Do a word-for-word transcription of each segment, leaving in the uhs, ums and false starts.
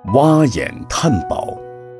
挖眼探宝。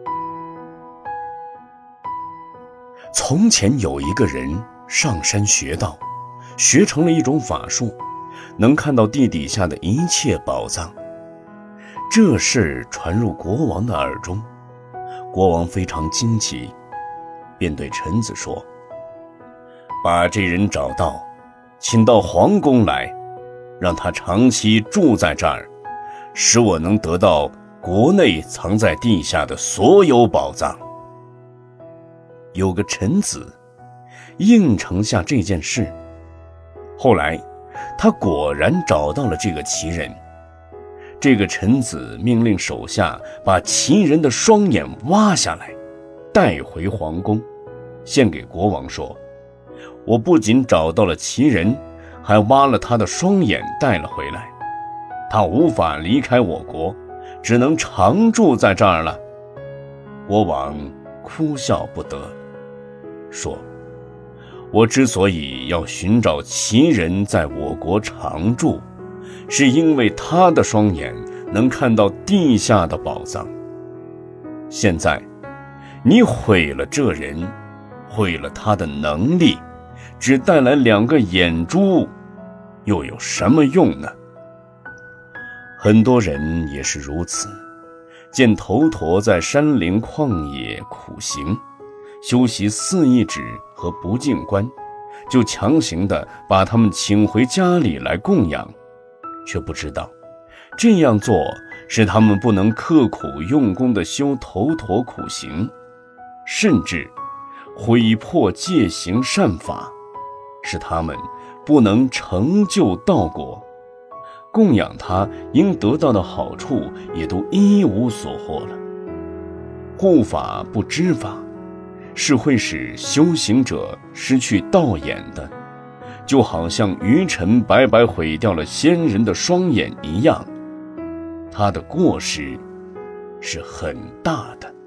从前有一个人上山学道，学成了一种法术，能看到地底下的一切宝藏。这事传入国王的耳中，国王非常惊奇，便对臣子说：把这人找到，请到皇宫来，让他长期住在这儿，使我能得到国内藏在地下的所有宝藏。有个臣子应承下这件事，后来他果然找到了这个奇人。这个臣子命令手下把奇人的双眼挖下来，带回皇宫，献给国王说：我不仅找到了奇人，还挖了他的双眼带了回来，他无法离开我国，只能常住在这儿了。国王哭笑不得，说：我之所以要寻找奇人在我国常住，是因为他的双眼能看到地下的宝藏。现在你毁了这人，毁了他的能力，只带来两个眼珠，又有什么用呢？很多人也是如此，见头陀在山林旷野苦行，修习四意指和不净观，就强行地把他们请回家里来供养，却不知道这样做使他们不能刻苦用功地修头陀苦行，甚至毁破戒行善法，使他们不能成就道果，供养他应得到的好处也都一无所获了。护法不知法，是会使修行者失去道眼的，就好像愚臣白白毁掉了先人的双眼一样，他的过失是很大的。